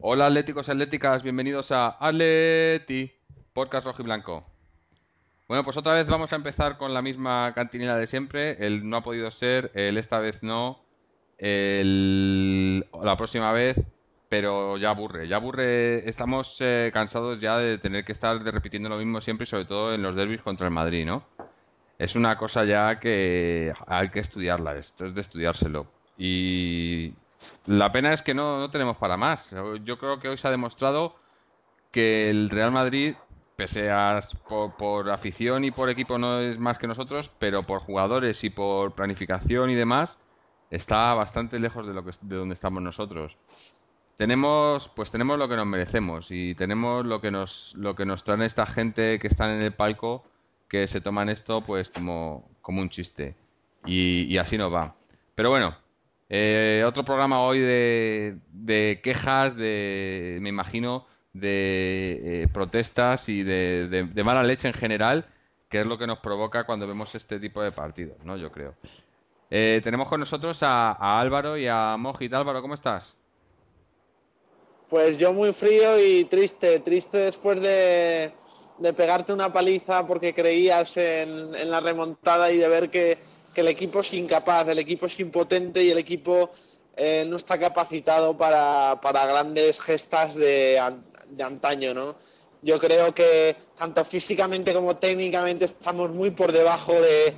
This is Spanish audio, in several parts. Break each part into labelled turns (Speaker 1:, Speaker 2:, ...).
Speaker 1: Hola atléticos y atléticas, bienvenidos a Atleti, podcast rojo y blanco. Bueno, pues otra vez vamos a empezar con la misma cantinela de siempre. El no ha podido ser, el esta vez no, la próxima vez, pero ya aburre, ya aburre. Estamos cansados ya de tener que estar repitiendo lo mismo siempre y sobre todo en los derbis contra el Madrid, ¿no? Es una cosa ya que hay que estudiarla, esto es de estudiárselo. Y la pena es que no tenemos para más. Yo creo que hoy se ha demostrado que el Real Madrid, pese a por afición y por equipo no es más que nosotros, pero por jugadores y por planificación y demás, está bastante lejos de donde estamos nosotros. Tenemos lo que nos merecemos y tenemos lo que nos traen esta gente que están en el palco, que se toman esto pues como un chiste. Y así nos va. Pero bueno, otro programa hoy de quejas, me imagino, de protestas y de mala leche en general, que es lo que nos provoca cuando vemos este tipo de partidos, ¿no? Yo creo. Tenemos con nosotros a Álvaro y a Mojit. Álvaro, ¿cómo estás?
Speaker 2: Pues yo muy frío y triste, triste después de pegarte una paliza porque creías en la remontada y de ver que el equipo es incapaz, el equipo es impotente y el equipo no está capacitado para grandes gestas de antaño, ¿no? Yo creo que tanto físicamente como técnicamente estamos muy por debajo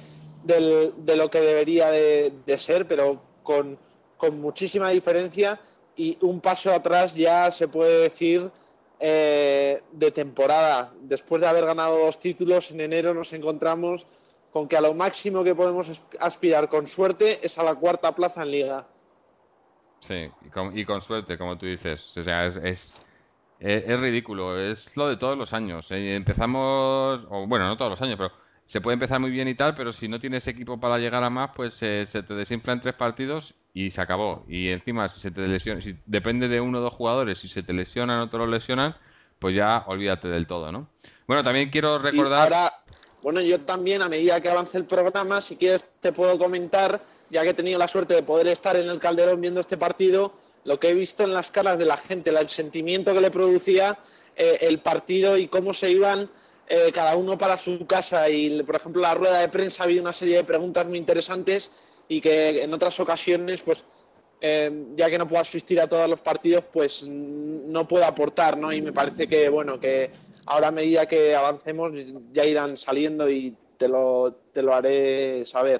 Speaker 2: de lo que debería de ser, pero con muchísima diferencia y un paso atrás ya se puede decir de temporada. Después de haber ganado 2 títulos, en enero nos encontramos con que a lo máximo que podemos aspirar con suerte es a la cuarta plaza en Liga.
Speaker 1: Sí, y con suerte, como tú dices. O sea, es ridículo, es lo de todos los años. Empezamos, o bueno, no todos los años, pero se puede empezar muy bien y tal, pero si no tienes equipo para llegar a más, pues se te desinfla en 3 partidos y se acabó. Y encima, si se te lesiona, si depende de uno o dos jugadores, si se te lesionan o te lo lesionan, pues ya olvídate del todo, ¿no? Bueno, también quiero
Speaker 2: Y
Speaker 1: recordar.
Speaker 2: ahora, bueno, yo también, a medida que avance el programa, si quieres te puedo comentar, ya que he tenido la suerte de poder estar en el Calderón viendo este partido, lo que he visto en las caras de la gente, el sentimiento que le producía el partido y cómo se iban cada uno para su casa. Y, por ejemplo, en la rueda de prensa había una serie de preguntas muy interesantes y que en otras ocasiones, pues ya que no puedo asistir a todos los partidos, pues no puedo aportar, ¿no? Y me parece que, bueno, que ahora a medida que avancemos ya irán saliendo y te lo haré saber.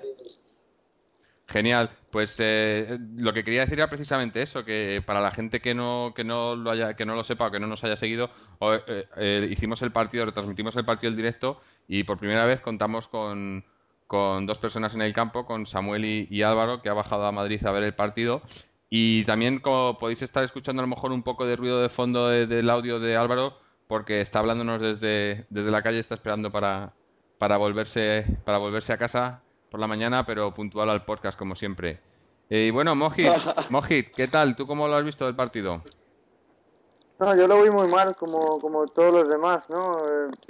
Speaker 1: Genial, pues lo que quería decir era precisamente eso, que para la gente que no lo sepa o que no nos haya seguido, hicimos el partido, retransmitimos el partido en directo y por primera vez contamos con dos personas en el campo, con Samuel y Álvaro, que ha bajado a Madrid a ver el partido. Y también como podéis estar escuchando a lo mejor un poco de ruido de fondo del audio de Álvaro, porque está hablándonos desde la calle, está esperando para volverse a casa por la mañana, pero puntual al podcast como siempre. Y bueno, Mojit, ¿qué tal? ¿Tú cómo lo has visto del partido?
Speaker 3: No, yo lo vi muy mal, como todos los demás, ¿no?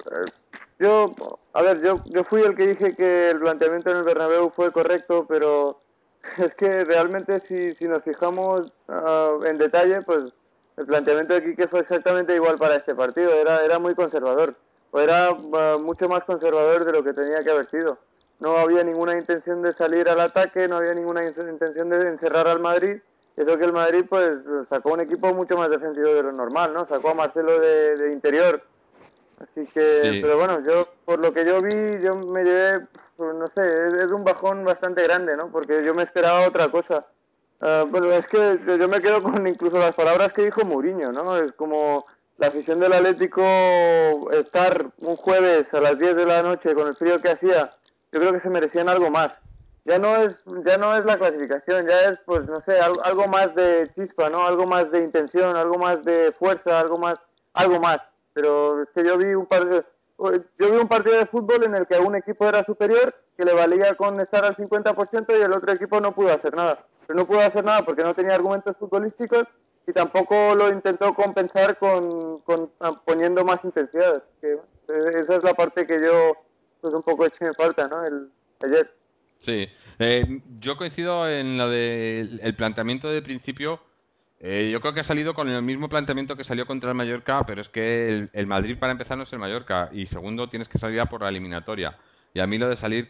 Speaker 3: Yo, a ver, yo fui el que dije que el planteamiento en el Bernabéu fue correcto, pero es que realmente si nos fijamos en detalle, pues el planteamiento de Quique fue exactamente igual para este partido, era muy conservador, o era mucho más conservador de lo que tenía que haber sido. No había ninguna intención de salir al ataque, no había ninguna intención de encerrar al Madrid. Eso que el Madrid pues sacó un equipo mucho más defensivo de lo normal, ¿no? Sacó a Marcelo de interior. Así que,
Speaker 1: Sí,
Speaker 3: pero bueno, yo por lo que yo vi, yo me llevé, pues, no sé, es un bajón bastante grande, ¿no? Porque yo me esperaba otra cosa. Bueno, es que yo me quedo con incluso las palabras que dijo Mourinho, ¿no? Es como la afición del Atlético estar un jueves a las 10 de la noche con el frío que hacía, yo creo que se merecían algo más. Ya no es la clasificación, ya es, pues, no sé, algo más de chispa, ¿no? Algo más de intención, algo más de fuerza, algo más. Pero es que yo vi un partido de fútbol en el que un equipo era superior, que le valía con estar al 50% y el otro equipo no pudo hacer nada. Pero no pudo hacer nada porque no tenía argumentos futbolísticos y tampoco lo intentó compensar con poniendo más intensidad. Que, esa es la parte que yo pues un poco eché en falta, ¿no? Ayer.
Speaker 1: sí. Yo coincido en lo del el planteamiento de principio. Yo creo que ha salido con el mismo planteamiento que salió contra el Mallorca, pero es que el Madrid para empezar no es el Mallorca y segundo tienes que salir a por la eliminatoria. Y a mí lo de salir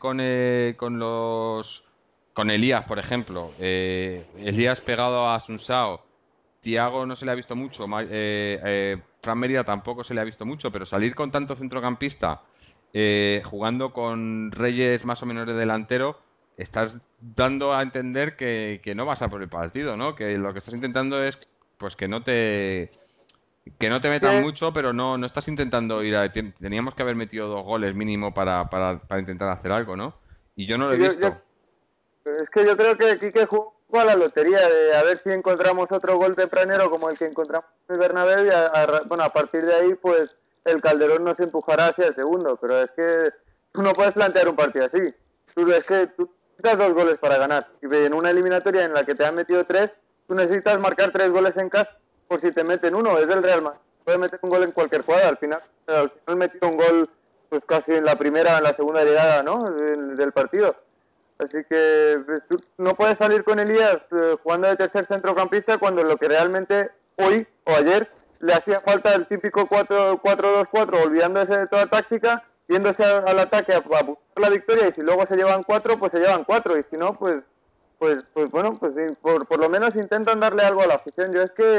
Speaker 1: con Elías, por ejemplo, Elías pegado a Sunsao, Thiago no se le ha visto mucho, Fran Mérida tampoco se le ha visto mucho, pero salir con tanto centrocampista, jugando con Reyes más o menos de delantero, estás dando a entender que no vas a por el partido, ¿no? Que lo que estás intentando es pues que no te metan
Speaker 3: Que,
Speaker 1: mucho, pero no estás intentando teníamos que haber metido 2 goles mínimo para intentar hacer algo, ¿no? Y yo no lo he
Speaker 3: yo
Speaker 1: visto.
Speaker 3: Es que yo creo que Quique jugó a la lotería de a ver si encontramos otro gol tempranero como el que encontramos en el Bernabéu y bueno, a partir de ahí pues el Calderón nos empujará hacia el segundo, pero es que tú no puedes plantear un partido así. Es que tú necesitas 2 goles para ganar y en una eliminatoria en la que te han metido 3, tú necesitas marcar 3 goles en casa por si te meten uno, es del Real Madrid. Puede meter un gol en cualquier jugada, al final metió un gol pues casi en la primera o en la segunda llegada, ¿no? del partido. Así que pues, tú no puedes salir con Elías jugando de tercer centrocampista cuando lo que realmente hoy o ayer le hacía falta el típico 4-4-2-4, olvidándose de toda táctica, yéndose al ataque a buscar la victoria y si luego se llevan 4, pues se llevan 4 y si no, pues bueno, pues sí, por lo menos intentan darle algo a la afición.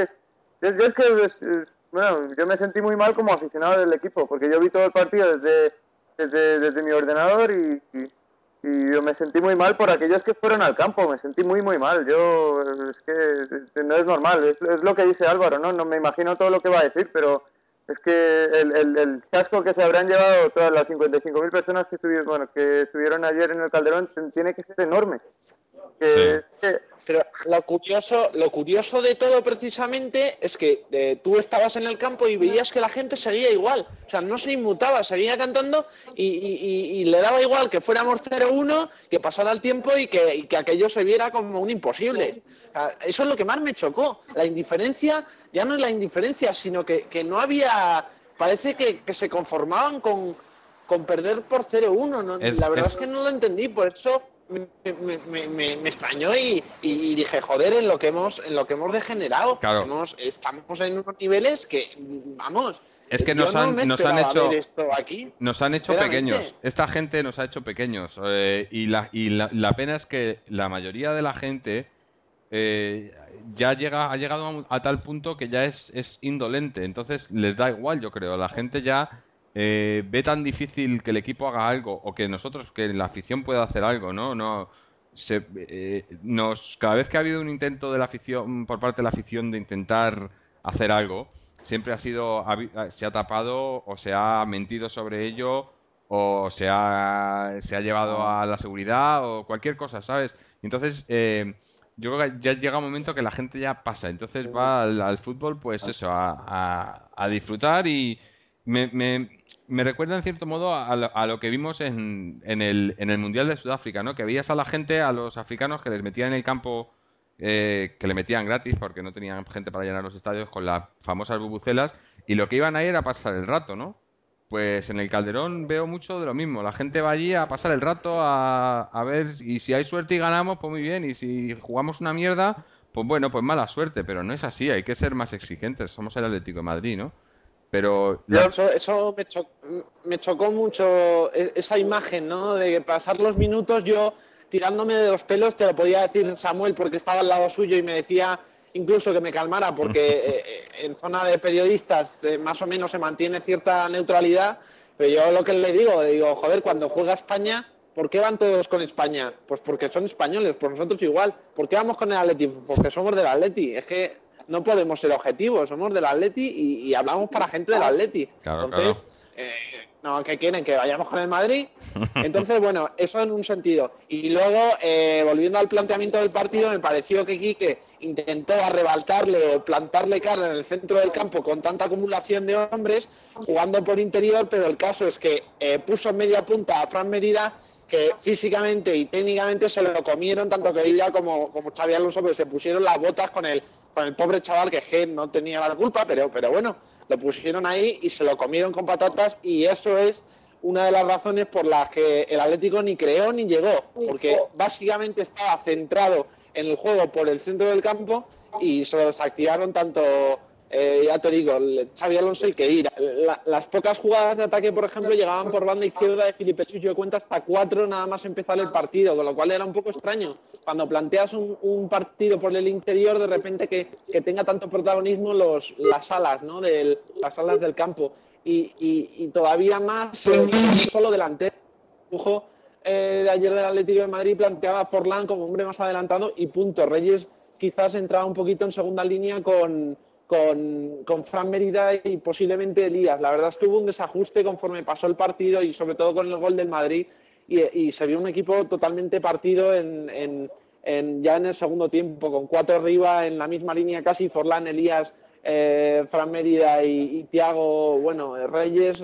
Speaker 3: Bueno, yo me sentí muy mal como aficionado del equipo porque yo vi todo el partido desde mi ordenador y yo me sentí muy mal por aquellos que fueron al campo, me sentí muy muy mal. Es que no es normal, es lo que dice Álvaro, ¿no? No me imagino todo lo que va a decir, pero es que el chasco que se habrán llevado todas las 55.000 personas que estuvieron ayer en el Calderón tiene que ser enorme.
Speaker 1: Sí.
Speaker 2: Pero lo curioso de todo precisamente es que tú estabas en el campo y veías que la gente seguía igual. O sea, no se inmutaba, seguía cantando y le daba igual que fuéramos 0-1, que pasara el tiempo y que aquello se viera como un imposible. O sea, eso es lo que más me chocó. La indiferencia, ya no es la indiferencia, sino que no había... Parece que se conformaban con perder por 0-1. ¿No?
Speaker 1: Es,
Speaker 2: La verdad es
Speaker 1: es,
Speaker 2: que no lo entendí, por eso me extrañó y dije, joder, en lo que hemos degenerado.
Speaker 1: claro,
Speaker 2: Estamos en unos niveles que, vamos,
Speaker 1: es que
Speaker 2: yo no me
Speaker 1: nos han
Speaker 2: esperaba ver
Speaker 1: hecho
Speaker 2: esto aquí,
Speaker 1: Nos han hecho pequeños.
Speaker 2: sinceramente.
Speaker 1: Esta gente nos ha hecho pequeños. La pena es que la mayoría de la gente eh, ha llegado a tal punto que ya es indolente. Entonces les da igual, yo creo. La gente ya ve tan difícil que el equipo haga algo o que nosotros, que la afición pueda hacer algo, ¿no? Cada vez que ha habido un intento de la afición, por parte de la afición de intentar hacer algo, siempre se ha tapado o se ha mentido sobre ello o se ha llevado a la seguridad o cualquier cosa, ¿sabes? Entonces, yo creo que ya llega un momento que la gente ya pasa, entonces va al fútbol, pues eso, a disfrutar y me recuerda en cierto modo a lo que vimos en el Mundial de Sudáfrica, ¿no? Que veías a la gente, a los africanos que les metían en el campo que le metían gratis porque no tenían gente para llenar los estadios con las famosas bubucelas y lo que iban a ir a pasar el rato, ¿no? Pues en el Calderón veo mucho de lo mismo. La gente va allí a pasar el rato, a ver, y si hay suerte y ganamos, pues muy bien, y si jugamos una mierda, pues bueno, pues mala suerte, pero no es así, hay que ser más exigentes. Somos el Atlético de Madrid, ¿no? Pero
Speaker 2: Eso me chocó mucho esa imagen, ¿no? De pasar los minutos yo tirándome de los pelos, te lo podía decir Samuel porque estaba al lado suyo y me decía incluso que me calmara porque en zona de periodistas más o menos se mantiene cierta neutralidad, pero yo lo que le digo, joder, cuando juega España, ¿por qué van todos con España? Pues porque son españoles, por nosotros igual. ¿Por qué vamos con el Atleti? Porque somos del Atleti. Es que no podemos ser objetivos, somos del Atleti y hablamos para gente del Atleti.
Speaker 1: claro,
Speaker 2: Entonces,
Speaker 1: claro.
Speaker 2: no, ¿qué quieren? Que vayamos con el Madrid. Entonces, bueno, eso en un sentido. Y luego, volviendo al planteamiento del partido, me pareció que Quique intentó arrebatarle o plantarle cara en el centro del campo con tanta acumulación de hombres, jugando por interior, pero el caso es que puso en media punta a Fran Mérida, que físicamente y técnicamente se lo comieron tanto que ella como Xavi Alonso, pero se pusieron las botas con el pobre chaval que no tenía la culpa, pero bueno, lo pusieron ahí y se lo comieron con patatas y eso es una de las razones por las que el Atlético ni creó ni llegó, porque básicamente estaba centrado en el juego por el centro del campo y se lo desactivaron tanto, ya te digo, Xabi Alonso y Khedira. Las pocas jugadas de ataque, por ejemplo, llegaban por banda izquierda de Filipe Luis, yo cuento hasta 4 nada más empezar el partido, con lo cual era un poco extraño. Cuando planteas un partido por el interior, de repente que tenga tanto protagonismo las alas, ¿no? Las alas del campo. Y todavía más solo delantero. De ayer del Atlético de Madrid planteaba a Forlán como hombre más adelantado y punto. Reyes quizás entraba un poquito en segunda línea con Fran Mérida y posiblemente Elías. La verdad es que hubo un desajuste conforme pasó el partido y sobre todo con el gol del Madrid y se vio un equipo totalmente partido ya en el segundo tiempo, con 4 arriba en la misma línea casi, Forlán, Elías, Fran Mérida y Thiago, Reyes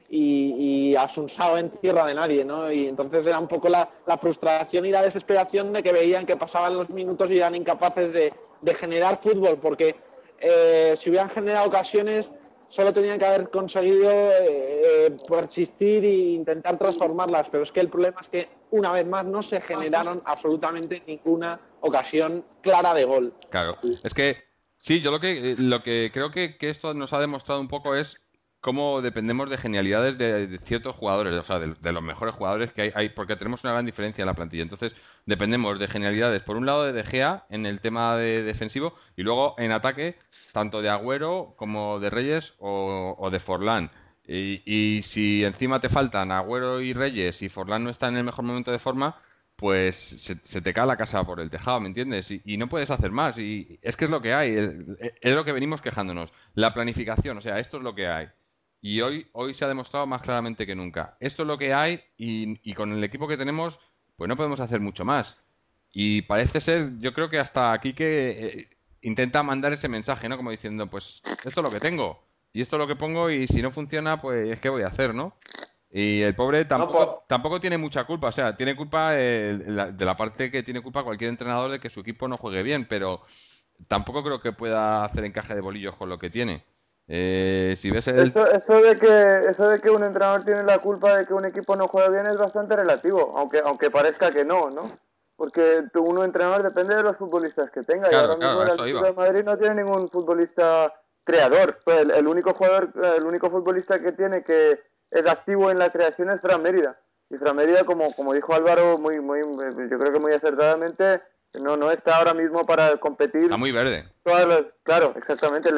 Speaker 2: y Asunsao en tierra de nadie, ¿no? Y entonces era un poco la frustración y la desesperación de que veían que pasaban los minutos y eran incapaces de generar fútbol, porque si hubieran generado ocasiones solo tenían que haber conseguido persistir e intentar transformarlas, pero es que el problema es que una vez más no se generaron absolutamente ninguna ocasión clara de gol.
Speaker 1: Claro, es que sí, yo lo que creo que esto nos ha demostrado un poco es cómo dependemos de genialidades de ciertos jugadores, o sea, de los mejores jugadores que hay, porque tenemos una gran diferencia en la plantilla. Entonces, dependemos de genialidades, por un lado de Gea en el tema de defensivo y luego en ataque, tanto de Agüero como de Reyes o de Forlán. Y si encima te faltan Agüero y Reyes y Forlán no está en el mejor momento de forma, pues se te cae la casa por el tejado, ¿me entiendes? Y no puedes hacer más. Y es que es lo que hay, es lo que venimos quejándonos. La planificación, o sea, esto es lo que hay. Y hoy se ha demostrado más claramente que nunca. Esto es lo que hay y con el equipo que tenemos, pues no podemos hacer mucho más. Y parece ser, yo creo que hasta aquí que intenta mandar ese mensaje, ¿no? Como diciendo, pues esto es lo que tengo y esto es lo que pongo y si no funciona, pues ¿qué voy a hacer, no? Y el pobre tampoco tiene mucha culpa. O sea, tiene culpa de la parte que tiene culpa cualquier entrenador de que su equipo no juegue bien, pero tampoco creo que pueda hacer encaje de bolillos con lo que tiene. Si ves
Speaker 3: eso de que un entrenador tiene la culpa de que un equipo no juegue bien es bastante relativo, aunque parezca que no, ¿no? Porque uno entrenador depende de los futbolistas que tenga.
Speaker 1: Claro,
Speaker 3: y ahora mismo el
Speaker 1: Atlético
Speaker 3: de Madrid no tiene ningún futbolista creador. Pues el único futbolista que tiene que es activo en la creación es Fran Mérida. Y Fran Mérida, como dijo Álvaro, yo creo que muy acertadamente, no está ahora mismo para competir.
Speaker 1: Está muy verde.
Speaker 3: Claro, exactamente.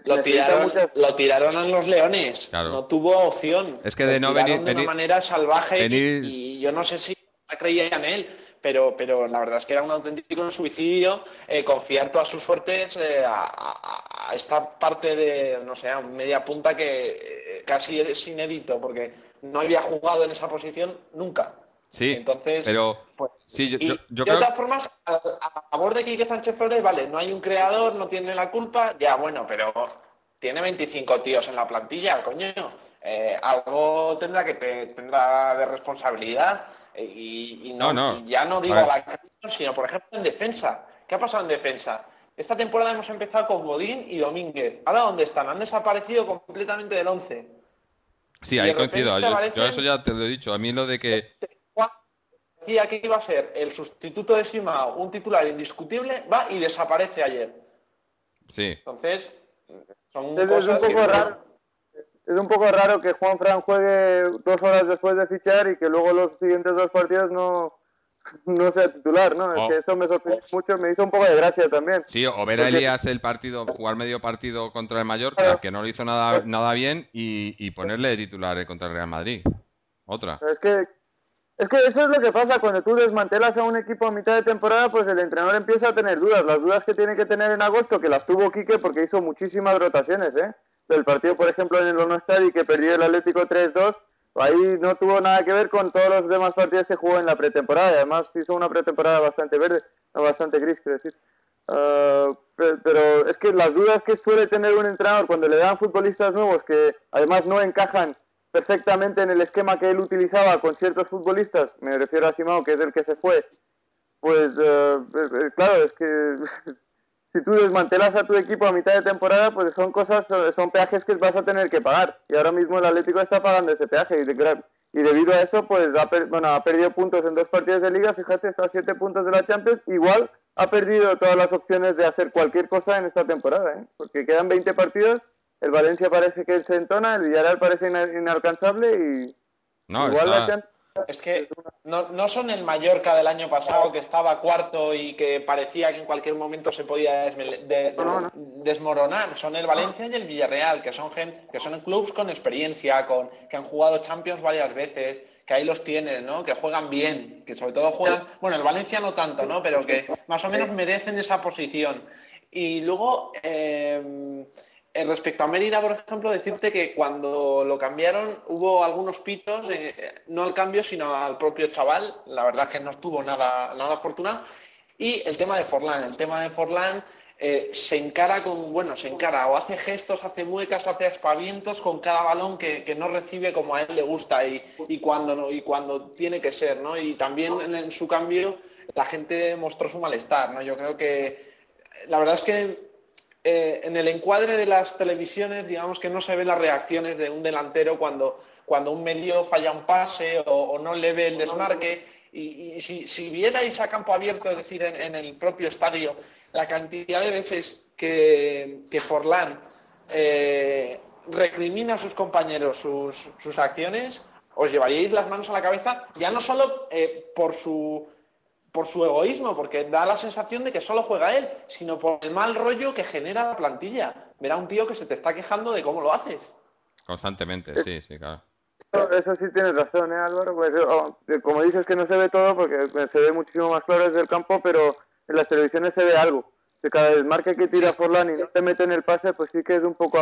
Speaker 2: Lo tiraron a los Leones.
Speaker 1: Claro.
Speaker 2: No tuvo opción.
Speaker 1: Es que de no venir
Speaker 2: de una manera salvaje
Speaker 1: venir...
Speaker 2: y yo no sé si creía en él, pero la verdad es que era un auténtico suicidio confiar todas sus suertes a esta parte de, no sé, a media punta que casi es inédito porque no había jugado en esa posición nunca.
Speaker 1: Sí,
Speaker 2: entonces,
Speaker 1: pero
Speaker 2: pues,
Speaker 1: sí, yo
Speaker 2: de
Speaker 1: creo...
Speaker 2: todas formas, a favor de Quique Sánchez Flores, vale, no hay un creador, no tiene la culpa, ya bueno, pero tiene 25 tíos en la plantilla, coño, algo tendrá de responsabilidad y ya no digo la creación, sino por ejemplo en defensa. ¿Qué ha pasado en defensa? Esta temporada hemos empezado con Godín y Domínguez. ¿Ahora dónde están? Han desaparecido completamente del 11.
Speaker 1: Sí, ahí coincido. Yo eso ya te lo he dicho. A mí lo de que...
Speaker 2: Decía que iba a ser el sustituto de Simao, un titular indiscutible, va y desaparece ayer.
Speaker 1: Sí.
Speaker 2: Entonces, son
Speaker 3: cosas es un poco raro que Juan Fran juegue 2 horas después de fichar y que luego los siguientes 2 partidos no sea titular, ¿no? Es que eso me sorprendió mucho, me hizo un poco de gracia también.
Speaker 1: Sí, o ver a Elías jugar medio partido contra el Mallorca, que no lo hizo nada bien, y ponerle de titular contra el Real Madrid. Otra.
Speaker 3: Es que eso es lo que pasa cuando tú desmantelas a un equipo a mitad de temporada, pues el entrenador empieza a tener dudas. Las dudas que tiene que tener en agosto, que las tuvo Quique porque hizo muchísimas rotaciones, del partido, por ejemplo, en el Ono Stadi que perdió el Atlético 3-2, ahí no tuvo nada que ver con todos los demás partidos que jugó en la pretemporada. Y además hizo una pretemporada bastante bastante gris, quiero decir. Pero es que las dudas que suele tener un entrenador cuando le dan futbolistas nuevos que además no encajan perfectamente en el esquema que él utilizaba con ciertos futbolistas, me refiero a Simao, que es el que se fue, pues claro, es que si tú desmantelas a tu equipo a mitad de temporada, pues son peajes que vas a tener que pagar, y ahora mismo el Atlético está pagando ese peaje, y debido a eso, pues ha perdido puntos en 2 partidos de Liga, fíjate, está a 7 puntos de la Champions, igual ha perdido todas las opciones de hacer cualquier cosa en esta temporada, ¿eh? Porque quedan 20 partidos, el Valencia parece que se entona, el Villarreal parece inalcanzable y
Speaker 1: No,
Speaker 3: igual la
Speaker 1: está...
Speaker 3: Champions...
Speaker 2: Es que no son el Mallorca del año pasado que estaba cuarto y que parecía que en cualquier momento se podía
Speaker 3: No, no.
Speaker 2: desmoronar. Son el Valencia y el Villarreal, que son clubes con experiencia, que han jugado Champions varias veces, que ahí los tienes, ¿no? Que juegan bien, que sobre todo juegan, bueno, el Valencia no tanto, ¿no? Pero que más o menos merecen esa posición. Y luego, respecto a Mérida, por ejemplo, decirte que cuando lo cambiaron hubo algunos pitos, no al cambio, sino al propio chaval. La verdad que no estuvo nada afortunado. Y el tema de Forlán se encara o hace gestos, hace muecas, hace aspavientos con cada balón que no recibe como a él le gusta y cuando, no, y cuando tiene que ser, ¿no? Y también en su cambio la gente mostró su malestar, ¿no? Yo creo que la verdad es que en el encuadre de las televisiones, digamos que no se ven las reacciones de un delantero cuando un medio falla un pase o no le ve el desmarque. Y si vierais a campo abierto, es decir, en el propio estadio, la cantidad de veces que Forlán recrimina a sus compañeros sus acciones, os llevaríais las manos a la cabeza, ya no solo por su egoísmo, porque da la sensación de que solo juega él, sino por el mal rollo que genera la plantilla. Ver a un tío que se te está quejando de cómo lo haces.
Speaker 1: Constantemente, sí, sí, claro.
Speaker 3: Eso sí tienes razón, Álvaro. Pues, como dices que no se ve todo, porque se ve muchísimo más claro desde el campo, pero en las televisiones se ve algo. Que cada desmarque que tira
Speaker 2: Sí.
Speaker 3: Forlán y no te mete en el pase, pues sí que es un poco...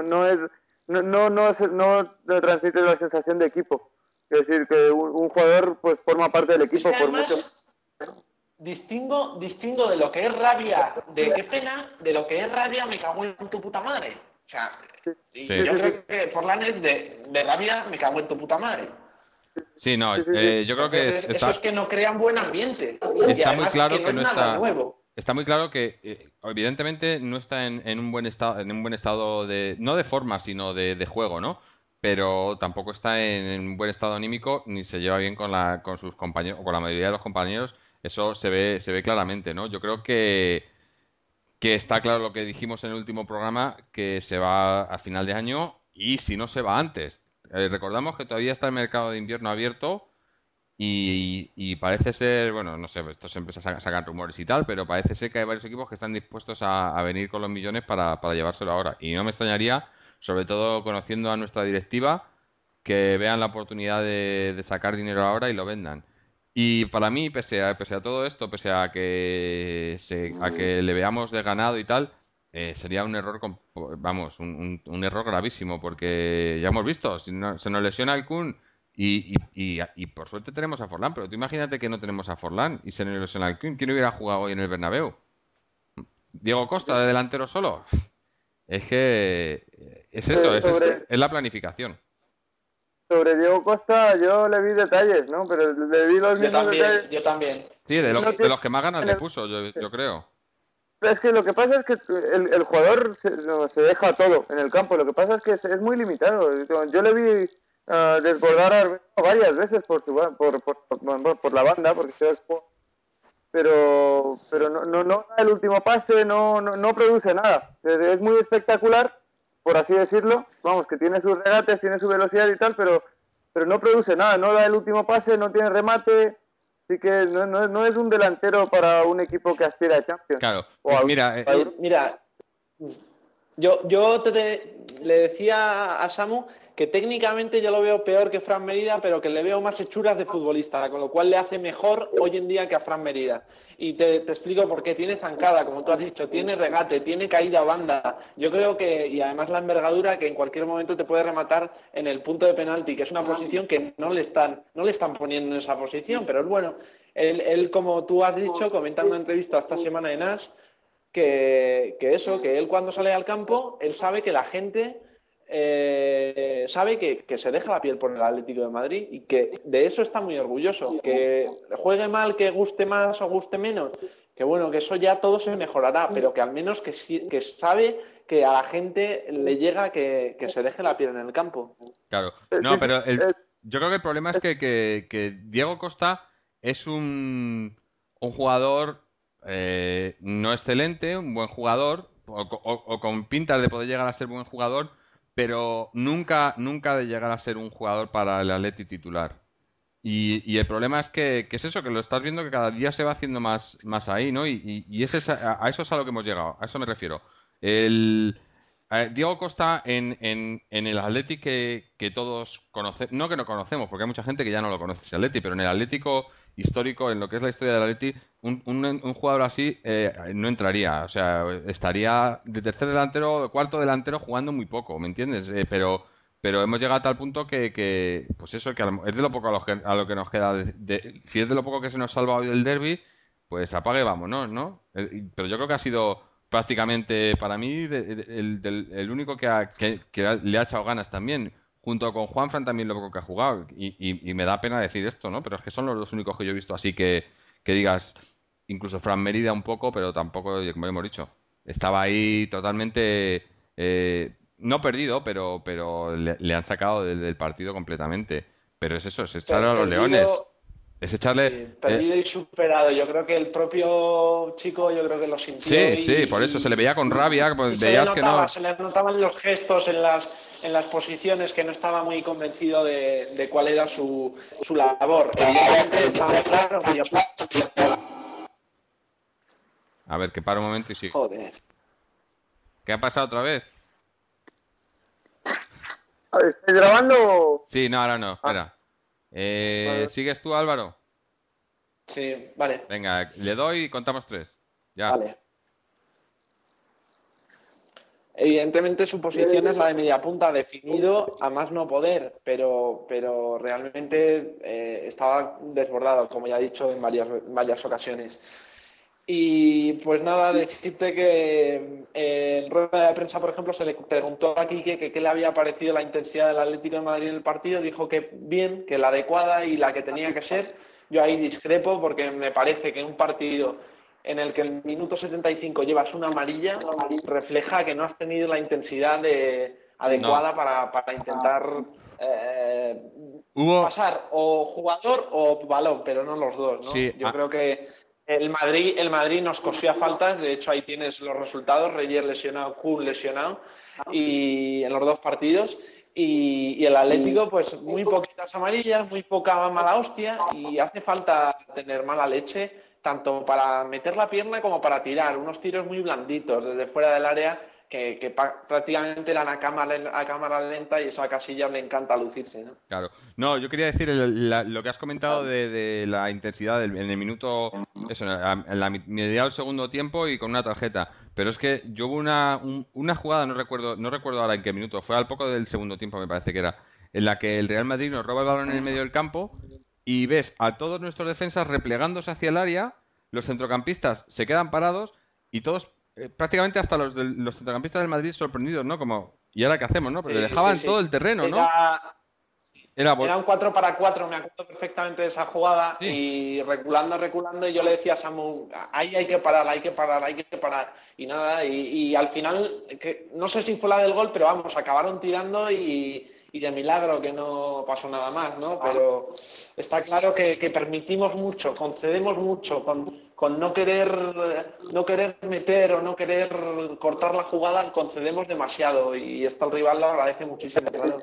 Speaker 3: No transmite la sensación de equipo. Es decir, que un jugador pues forma parte del
Speaker 2: Es
Speaker 3: equipo
Speaker 2: que
Speaker 3: por mucho...
Speaker 2: además distingo de lo que es rabia, de qué pena, de lo que es rabia, me cago en tu puta madre. O sea, y
Speaker 1: Sí,
Speaker 2: yo creo que Forlán es de rabia, me cago en tu puta madre.
Speaker 1: sí, no,
Speaker 3: Sí, sí, sí.
Speaker 1: yo creo que
Speaker 2: Entonces, eso es que no crea un buen ambiente. Y
Speaker 1: está muy
Speaker 2: además que
Speaker 1: claro
Speaker 2: no
Speaker 1: que
Speaker 2: es
Speaker 1: no
Speaker 2: nada
Speaker 1: está...
Speaker 2: nuevo.
Speaker 1: Está muy claro que evidentemente no está en un buen estado, de, no de forma, sino de juego, ¿no? Pero tampoco está en un buen estado anímico ni se lleva bien con sus compañeros o con la mayoría de los compañeros. Eso se ve claramente, ¿no? Yo creo que está claro lo que dijimos en el último programa, que se va a final de año y si no se va antes. Recordamos que todavía está el mercado de invierno abierto y parece ser, bueno, no sé, esto siempre sacan rumores y tal, pero parece ser que hay varios equipos que están dispuestos a venir con los millones para llevárselo ahora. Y no me extrañaría, sobre todo conociendo a nuestra directiva, que vean la oportunidad de sacar dinero ahora y lo vendan. Y para mí, pese a todo esto, pese a a que le veamos de ganado y tal, sería un error, vamos, un error gravísimo, porque ya hemos visto, si se nos lesiona el Kun y por suerte tenemos a Forlán, pero tú imagínate que no tenemos a Forlán y se nos lesiona el Kun, ¿quién hubiera jugado hoy en el Bernabéu? ¿Diego Costa de delantero solo? Es que es eso,
Speaker 3: Sobre,
Speaker 1: es la planificación.
Speaker 3: sobre Diego Costa yo le vi detalles, ¿no? Pero le vi los mismos detalles.
Speaker 2: Yo también.
Speaker 1: Sí,
Speaker 3: No
Speaker 1: de
Speaker 3: tiene
Speaker 1: los que más ganas
Speaker 3: en
Speaker 1: le
Speaker 3: el-
Speaker 1: puso, yo creo.
Speaker 3: Es que lo que pasa es que el jugador no, se deja todo en el campo. Lo que pasa es que es muy limitado. Yo le vi desbordar a Arbeloa varias veces por la banda, porque pero no da el último pase, no produce nada. Es muy espectacular, por así decirlo. Vamos, que tiene sus regates, tiene su velocidad y tal, pero no produce nada. No da el último pase, no tiene remate. Así que no es un delantero para un equipo que aspira a Champions.
Speaker 1: Claro,
Speaker 3: O a,
Speaker 1: mira,
Speaker 3: a Euro.
Speaker 2: Mira, le decía a Samu que técnicamente yo lo veo peor que Fran Merida, pero que le veo más hechuras de futbolista, con lo cual le hace mejor hoy en día que a Fran Merida. Y te explico por qué. Tiene zancada, como tú has dicho, tiene regate, tiene caída a banda. Yo creo que, y además la envergadura, que en cualquier momento te puede rematar en el punto de penalti, que es una posición que no le están poniendo en esa posición, pero es bueno. Él, como tú has dicho, comenta en una entrevista esta semana en As, que él cuando sale al campo, él sabe que la gente sabe que se deja la piel por el Atlético de Madrid y que de eso está muy orgulloso. Que juegue mal, que guste más o guste menos, que bueno, que eso ya todo se mejorará, pero que al menos que sabe que a la gente le llega que se deje la piel en el campo.
Speaker 1: claro.
Speaker 3: Sí,
Speaker 1: No,
Speaker 3: sí,
Speaker 1: pero yo creo que el problema es que Diego Costa es un jugador no excelente, un buen jugador, o con pintas de poder llegar a ser buen jugador, pero nunca de llegar a ser un jugador para el Atleti titular. Y el problema es que es eso, que lo estás viendo que cada día se va haciendo más ahí, ¿no? Y ese es a eso es a lo que hemos llegado, a eso me refiero. El, Diego Costa en el Atleti que todos conocemos, no que no conocemos, porque hay mucha gente que ya no lo conoce ese Atleti, pero en el Atlético histórico, en lo que es la historia del Atleti, un jugador así no entraría, o sea, estaría de tercer delantero o de cuarto delantero jugando muy poco, ¿me entiendes? Pero hemos llegado a tal punto pues eso, que es de lo poco a lo que nos queda. Si es de lo poco que se nos salva hoy del derby, pues apague, vámonos, ¿no? Pero yo creo que ha sido prácticamente para mí el único que le ha echado ganas también. Junto con Juanfran también lo poco que ha jugado. Y me da pena decir esto, ¿no? Pero es que son los dos únicos que yo he visto así que digas, incluso Fran Merida un poco, pero tampoco, como hemos dicho, estaba ahí totalmente. No perdido, pero le han sacado del partido completamente. Pero es eso, es echarle a los leones.
Speaker 2: Perdido,
Speaker 1: Es echarle.
Speaker 2: perdido y superado. Yo creo que el propio chico, yo creo que lo sintió
Speaker 1: Sí, sí, por eso se le veía con rabia,
Speaker 2: y
Speaker 1: pues veías que no.
Speaker 2: se le notaban los gestos en las posiciones que no estaba muy convencido de cuál era su labor. Evidentemente estaba claro que
Speaker 1: A ver, que para un momento y sí.
Speaker 2: joder.
Speaker 1: ¿Qué ha pasado otra vez?
Speaker 3: A ver, ¿estoy grabando?
Speaker 1: Sí, no, ahora no, espera.
Speaker 3: Vale.
Speaker 1: ¿Sigues tú, Álvaro?
Speaker 2: Sí, vale,
Speaker 1: Venga, le doy y contamos tres. Ya.
Speaker 2: vale. Evidentemente su posición es la de media punta, definido a más no poder, pero realmente estaba desbordado, como ya he dicho en varias ocasiones. Y pues nada, decirte que en rueda de prensa, por ejemplo, se le preguntó a Quique que qué le había parecido la intensidad del Atlético de Madrid en el partido. Dijo que bien, que la adecuada y la que tenía que ser. Yo ahí discrepo porque me parece que un partido en el que el minuto 75 llevas una amarilla refleja que no has tenido la intensidad
Speaker 1: No.
Speaker 2: adecuada para intentar
Speaker 1: Hubo.
Speaker 2: pasar o jugador o balón, pero no los dos, ¿no?
Speaker 1: Sí,
Speaker 2: Yo creo que el Madrid nos cosió a faltas, de hecho ahí tienes los resultados, Reyer lesionado, Kun lesionado, y en los dos partidos, y el Atlético pues muy poquitas amarillas, muy poca mala hostia, y hace falta tener mala leche, tanto para meter la pierna como para tirar, unos tiros muy blanditos desde fuera del área, que prácticamente eran a cámara lenta y eso a Casillas le encanta lucirse, ¿no?
Speaker 1: Claro. No, yo quería decir lo que has comentado de la intensidad en el minuto, eso, en la media del segundo tiempo y con una tarjeta. Pero es que yo hubo una jugada, no recuerdo ahora en qué minuto, fue al poco del segundo tiempo me parece que era, en la que el Real Madrid nos roba el balón en el medio del campo y ves a todos nuestros defensas replegándose hacia el área, los centrocampistas se quedan parados y todos, prácticamente hasta los centrocampistas del Madrid sorprendidos, ¿no? Como, ¿y ahora qué hacemos, no? Porque
Speaker 2: Sí,
Speaker 1: dejaban
Speaker 2: sí, sí.
Speaker 1: todo el terreno, ¿no?
Speaker 2: Era,
Speaker 1: Era,
Speaker 2: Era un 4 para 4, me acuerdo perfectamente de esa jugada
Speaker 1: sí,
Speaker 2: y reculando y yo le decía a Samu, ahí hay que parar, hay que parar, hay que parar y nada, y al final, que, no sé si fue la del gol, pero vamos, acabaron tirando y de milagro que no pasó nada más, ¿no? Pero está claro que permitimos mucho, concedemos mucho con no querer meter o no querer cortar la jugada, concedemos demasiado y esto el rival lo agradece muchísimo, claro.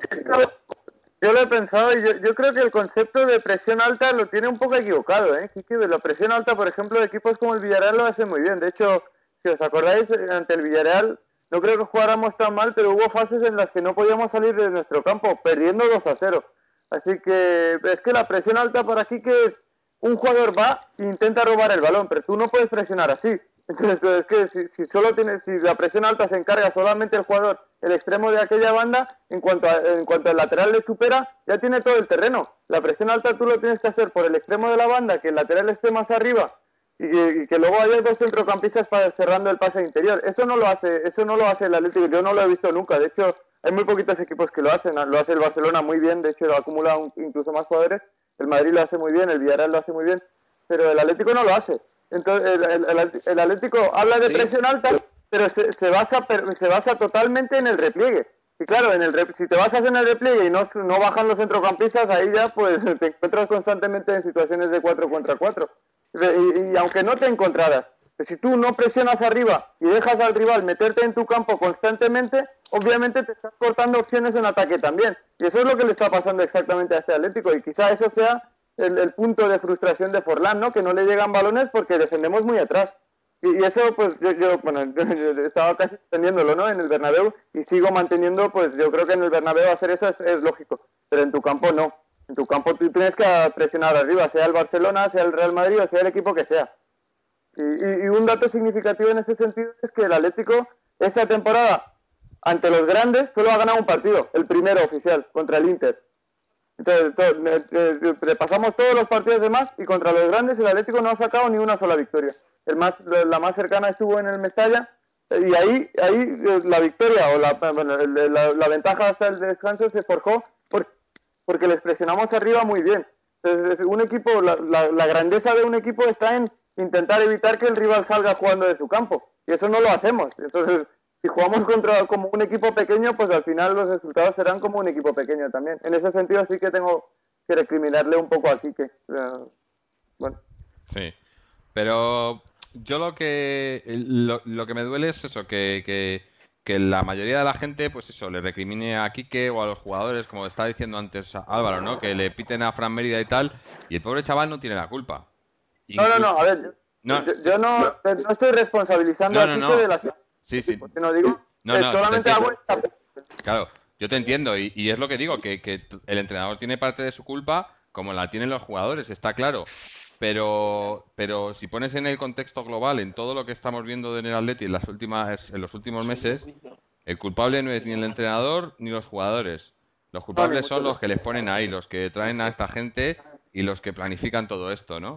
Speaker 3: Yo lo he pensado y yo creo que el concepto de presión alta lo tiene un poco equivocado, ¿eh? Quique, la presión alta, por ejemplo, de equipos como el Villarreal lo hace muy bien. De hecho, si os acordáis, ante el Villarreal no creo que jugáramos tan mal, pero hubo fases en las que no podíamos salir de nuestro campo, perdiendo 2-0. Así que es que la presión alta para Quique es un jugador va e intenta robar el balón, pero tú no puedes presionar así. Entonces, es que si la presión alta se encarga solamente el jugador, el extremo de aquella banda, en cuanto el lateral le supera, ya tiene todo el terreno. La presión alta tú lo tienes que hacer por el extremo de la banda, que el lateral esté más arriba y que luego haya dos centrocampistas cerrando el pase interior. Eso no lo hace el Atlético, yo no lo he visto nunca. De hecho, hay muy poquitos equipos que lo hacen. Lo hace el Barcelona muy bien, de hecho lo acumula incluso más jugadores. El Madrid lo hace muy bien, el Villarreal lo hace muy bien, pero el Atlético no lo hace. Entonces, el Atlético habla de presión alta, pero se basa totalmente en el repliegue. Y claro, si te basas en el repliegue y no bajan los centrocampistas, ahí ya pues te encuentras constantemente en situaciones de 4 contra 4. Y aunque no te encontraras, Pues si tú no presionas arriba y dejas al rival meterte en tu campo constantemente, obviamente te estás cortando opciones en ataque también. Y eso es lo que le está pasando exactamente a este Atlético. Y quizá eso sea el punto de frustración de Forlán, ¿no? Que no le llegan balones porque defendemos muy atrás. Y eso, pues yo estaba casi entendiéndolo, ¿no? En el Bernabéu, y sigo manteniendo, pues yo creo que en el Bernabéu hacer eso es lógico, pero en tu campo no. En tu campo tú tienes que presionar arriba, sea el Barcelona, sea el Real Madrid o sea el equipo que sea. Y un dato significativo en este sentido es que el Atlético esta temporada, ante los grandes, solo ha ganado un partido, el primero oficial, contra el Inter. Entonces, repasamos todos los partidos demás y contra los grandes el Atlético no ha sacado ni una sola victoria. La más cercana estuvo en el Mestalla y ahí la victoria o la ventaja hasta el descanso se forjó porque les presionamos arriba muy bien. Entonces, un equipo, la grandeza de un equipo está en intentar evitar que el rival salga jugando de su campo y eso no lo hacemos. Entonces, si jugamos como un equipo pequeño, pues al final los resultados serán como un equipo pequeño también. En ese sentido sí que tengo que recriminarle un poco a Quique. Bueno.
Speaker 1: Sí, pero yo lo que me duele es eso, que la mayoría de la gente, pues eso, le recrimine a Quique o a los jugadores, como estaba diciendo antes Álvaro, ¿no? Que le piten a Fran Mérida y tal, y el pobre chaval no tiene la culpa.
Speaker 3: Incluso... No, a ver, yo no estoy responsabilizando a Quique de la situación.
Speaker 1: Sí.
Speaker 3: Porque no digo, solamente hago esta...
Speaker 1: Claro, yo te entiendo, y es lo que digo, que el entrenador tiene parte de su culpa, como la tienen los jugadores, está claro. Pero si pones en el contexto global, en todo lo que estamos viendo en el Atleti en los últimos meses, el culpable no es ni el entrenador ni los jugadores. Los culpables son los que les ponen ahí, los que traen a esta gente y los que planifican todo esto, ¿no?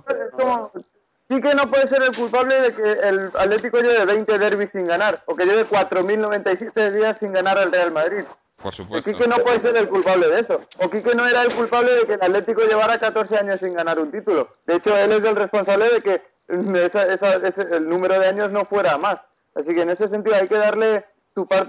Speaker 3: Sí que no puede ser el culpable de que el Atlético lleve 20 derbis sin ganar, o que lleve 4.097 días sin ganar al Real Madrid.
Speaker 1: Por supuesto.
Speaker 3: Quique no puede ser el culpable de eso. O Quique no era el culpable de que el Atlético llevara 14 años sin ganar un título. De hecho, él es el responsable de que el número de años no fuera más. Así que en ese sentido hay que darle su parte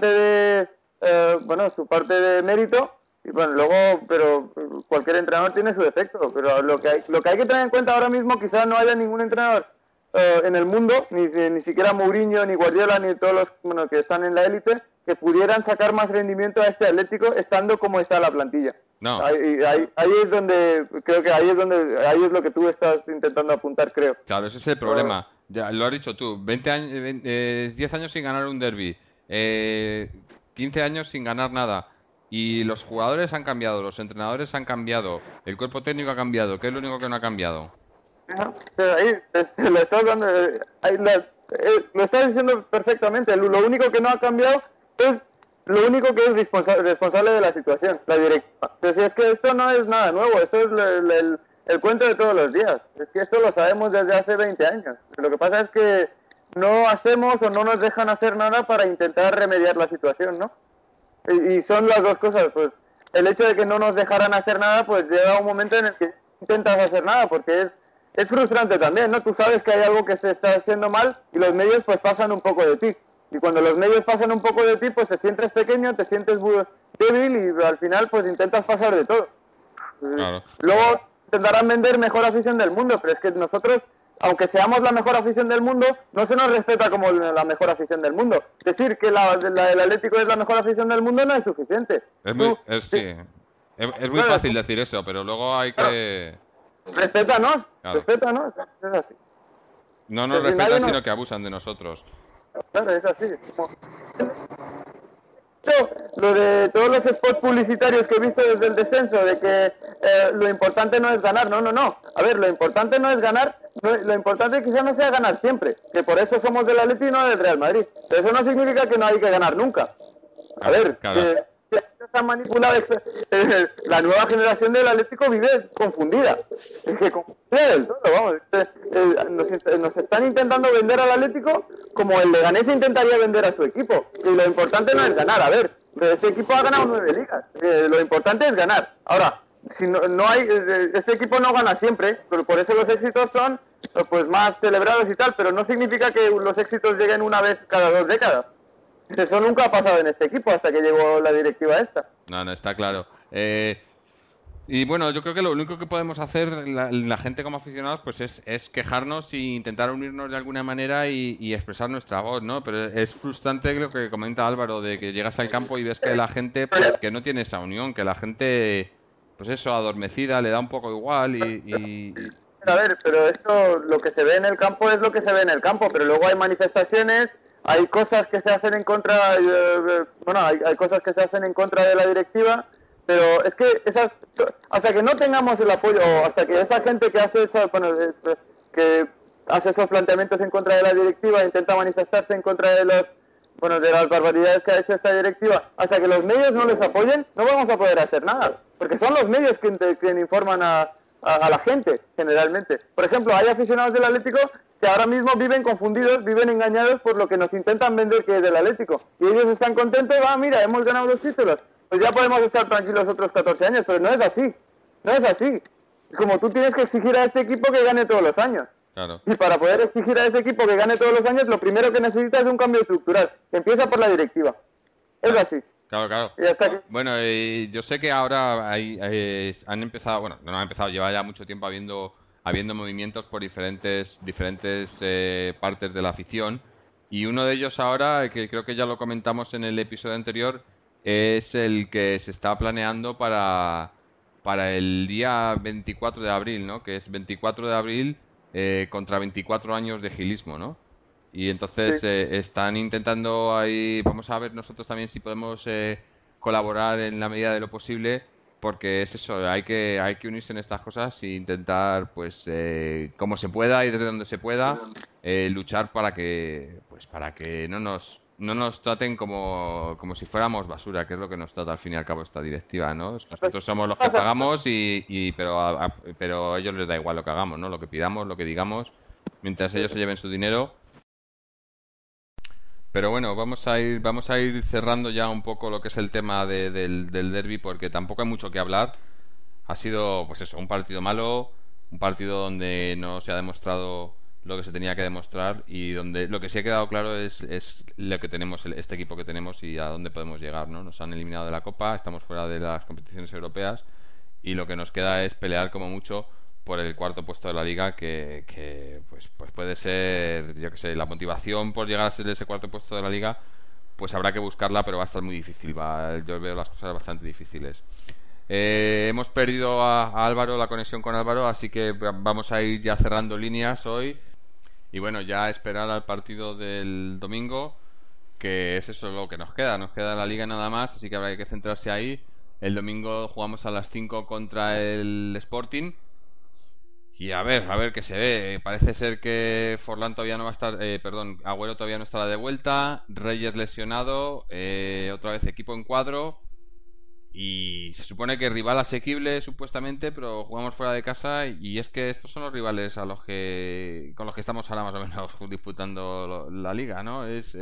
Speaker 3: de mérito. Y bueno, luego, pero cualquier entrenador tiene su defecto. Pero lo que hay que tener en cuenta ahora mismo, quizás no haya ningún entrenador en el mundo, ni siquiera Mourinho, ni Guardiola, ni todos los que están en la élite, que pudieran sacar más rendimiento a este Atlético estando como está la plantilla.
Speaker 1: No.
Speaker 3: Ahí es donde creo que ahí es lo que tú estás intentando apuntar, creo.
Speaker 1: Claro, ese es el problema. Ya lo has dicho tú, 20 años, 10 años sin ganar un derbi, 15 años sin ganar nada. Y los jugadores han cambiado, los entrenadores han cambiado, el cuerpo técnico ha cambiado. ¿Qué es lo único que no ha cambiado?
Speaker 3: Pero ahí lo estás dando, lo estás diciendo perfectamente. Lo único que no ha cambiado es lo único que es responsable de la situación, la directiva. Entonces, es que esto no es nada nuevo, esto es el cuento de todos los días. Es que esto lo sabemos desde hace 20 años. Lo que pasa es que no hacemos o no nos dejan hacer nada para intentar remediar la situación, ¿no? Y son las dos cosas, pues el hecho de que no nos dejaran hacer nada, pues llega un momento en el que intentas hacer nada, porque es frustrante también, ¿no? Tú sabes que hay algo que se está haciendo mal y los medios pues pasan un poco de ti. Y cuando los medios pasan un poco de ti, pues te sientes pequeño, te sientes débil y al final pues intentas pasar de todo.
Speaker 1: Claro.
Speaker 3: Luego intentarán vender mejor afición del mundo, pero es que nosotros, aunque seamos la mejor afición del mundo, no se nos respeta como la mejor afición del mundo. Decir que el Atlético es la mejor afición del mundo no es suficiente.
Speaker 1: Es muy fácil decir eso, pero luego hay que...
Speaker 3: Respétanos, respétanos, es así.
Speaker 1: No nos respetan, sino que abusan de nosotros.
Speaker 3: Claro, es así. Lo de todos los spots publicitarios que he visto desde el descenso, de que lo importante no es ganar, no. A ver, lo importante no es ganar, lo importante quizás no sea ganar siempre, que por eso somos del Atleti y no del Real Madrid. Pero eso no significa que no hay que ganar nunca. A ver, que está manipulado. La nueva generación del Atlético vive confundida. Es que confundida del todo, vamos. Nos están intentando vender al Atlético como el Leganés intentaría vender a su equipo. Y lo importante no es ganar. A ver, este equipo ha ganado 9 ligas. Lo importante es ganar. Ahora, si no hay, este equipo no gana siempre, pero por eso los éxitos son pues más celebrados y tal, pero no significa que los éxitos lleguen una vez cada 2 décadas. Eso nunca ha pasado en este equipo hasta que llegó la directiva esta.
Speaker 1: No, está claro. Y bueno, yo creo que lo único que podemos hacer la gente como aficionados pues es quejarnos e intentar unirnos de alguna manera y expresar nuestra voz, ¿no? Pero es frustrante lo que comenta Álvaro, de que llegas al campo y ves que la gente pues que no tiene esa unión, que la gente pues eso, adormecida, le da un poco igual
Speaker 3: A ver, pero esto, lo que se ve en el campo es lo que se ve en el campo, pero luego hay manifestaciones, hay cosas que se hacen en contra, bueno, hay cosas que se hacen en contra de la directiva, pero es que hasta que no tengamos el apoyo, o hasta que esa gente que hace que hace esos planteamientos en contra de la directiva, intenta manifestarse en contra de de las barbaridades que ha hecho esta directiva, hasta que los medios no les apoyen, no vamos a poder hacer nada, porque son los medios quien informan a la gente, generalmente. Por ejemplo, hay aficionados del Atlético que ahora mismo viven confundidos, viven engañados por lo que nos intentan vender que es del Atlético. Y ellos están contentos, mira, hemos ganado 2 títulos. Pues ya podemos estar tranquilos otros 14 años, pero no es así. No es así. Es como tú tienes que exigir a este equipo que gane todos los años.
Speaker 1: Claro.
Speaker 3: Y para poder exigir a ese equipo que gane todos los años, lo primero que necesita es un cambio estructural, que empieza por la directiva. Es así.
Speaker 1: Claro.
Speaker 3: Y hasta que...
Speaker 1: Bueno, yo sé que ahora han empezado, bueno, no han empezado, lleva ya mucho tiempo habiendo movimientos por diferentes partes de la afición, y uno de ellos ahora, que creo que ya lo comentamos en el episodio anterior, es el que se está planeando para el día 24 de abril, ¿no? Que es 24 de abril contra 24 años de gilismo, ¿no? Y entonces
Speaker 3: Sí.
Speaker 1: están intentando ahí, vamos a ver nosotros también si podemos colaborar en la medida de lo posible, porque es eso, hay que unirse en estas cosas e intentar, pues, como se pueda y desde donde se pueda, luchar para que no nos traten como si fuéramos basura, que es lo que nos trata al fin y al cabo esta directiva, ¿no? Nosotros somos los que pagamos pero a ellos les da igual lo que hagamos, ¿no? Lo que pidamos, lo que digamos, mientras ellos se lleven su dinero. Pero bueno, vamos a ir cerrando ya un poco lo que es el tema del derbi, porque tampoco hay mucho que hablar. Ha sido, pues eso, un partido malo, un partido donde no se ha demostrado lo que se tenía que demostrar, y donde lo que sí ha quedado claro es lo que tenemos, este equipo que tenemos y a dónde podemos llegar, ¿no? Nos han eliminado de la Copa, estamos fuera de las competiciones europeas, y lo que nos queda es pelear como mucho por el cuarto puesto de la liga, que pues puede ser, yo que sé, la motivación por llegar a ser ese cuarto puesto de la liga, pues habrá que buscarla, pero va a estar muy difícil, yo veo las cosas bastante difíciles. Hemos perdido a Álvaro, la conexión con Álvaro, así que vamos a ir ya cerrando líneas hoy, y bueno, ya esperar al partido del domingo, que es eso lo que nos queda la liga nada más, así que habrá que centrarse ahí. El domingo jugamos a las 5 contra el Sporting. Y a ver qué se ve. Parece ser que Forlán todavía no va a estar, perdón, Agüero todavía no estará de vuelta, Reyes lesionado, otra vez equipo en cuadro, y se supone que rival asequible supuestamente, pero jugamos fuera de casa, y es que estos son los rivales con los que estamos ahora más o menos disputando la liga, ¿no?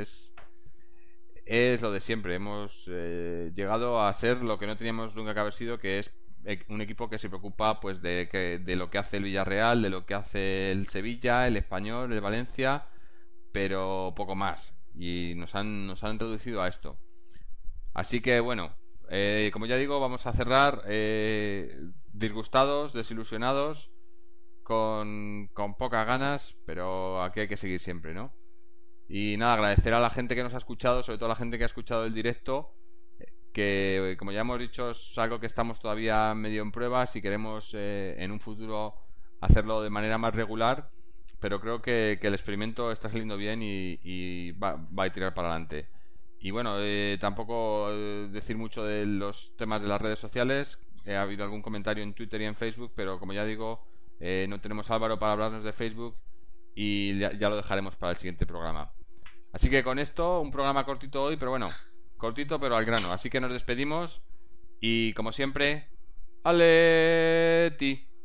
Speaker 1: Es lo de siempre. Hemos llegado a ser lo que no teníamos nunca que haber sido, que es un equipo que se preocupa pues de lo que hace el Villarreal, de lo que hace el Sevilla, el Español, el Valencia, pero poco más. Y nos han reducido a esto. Así que bueno, como ya digo, vamos a cerrar disgustados, desilusionados, con pocas ganas, pero aquí hay que seguir siempre, ¿no? Y nada, agradecer a la gente que nos ha escuchado, sobre todo a la gente que ha escuchado el directo, que como ya hemos dicho es algo que estamos todavía medio en pruebas y queremos en un futuro hacerlo de manera más regular, pero creo que el experimento está saliendo bien y va a tirar para adelante. Y bueno, tampoco decir mucho de los temas de las redes sociales. Ha habido algún comentario en Twitter y en Facebook, pero como ya digo, no tenemos a Álvaro para hablarnos de Facebook, y ya lo dejaremos para el siguiente programa. Así que con esto, un programa cortito hoy, pero bueno, cortito pero al grano. Así que nos despedimos y como siempre, ¡Aleti!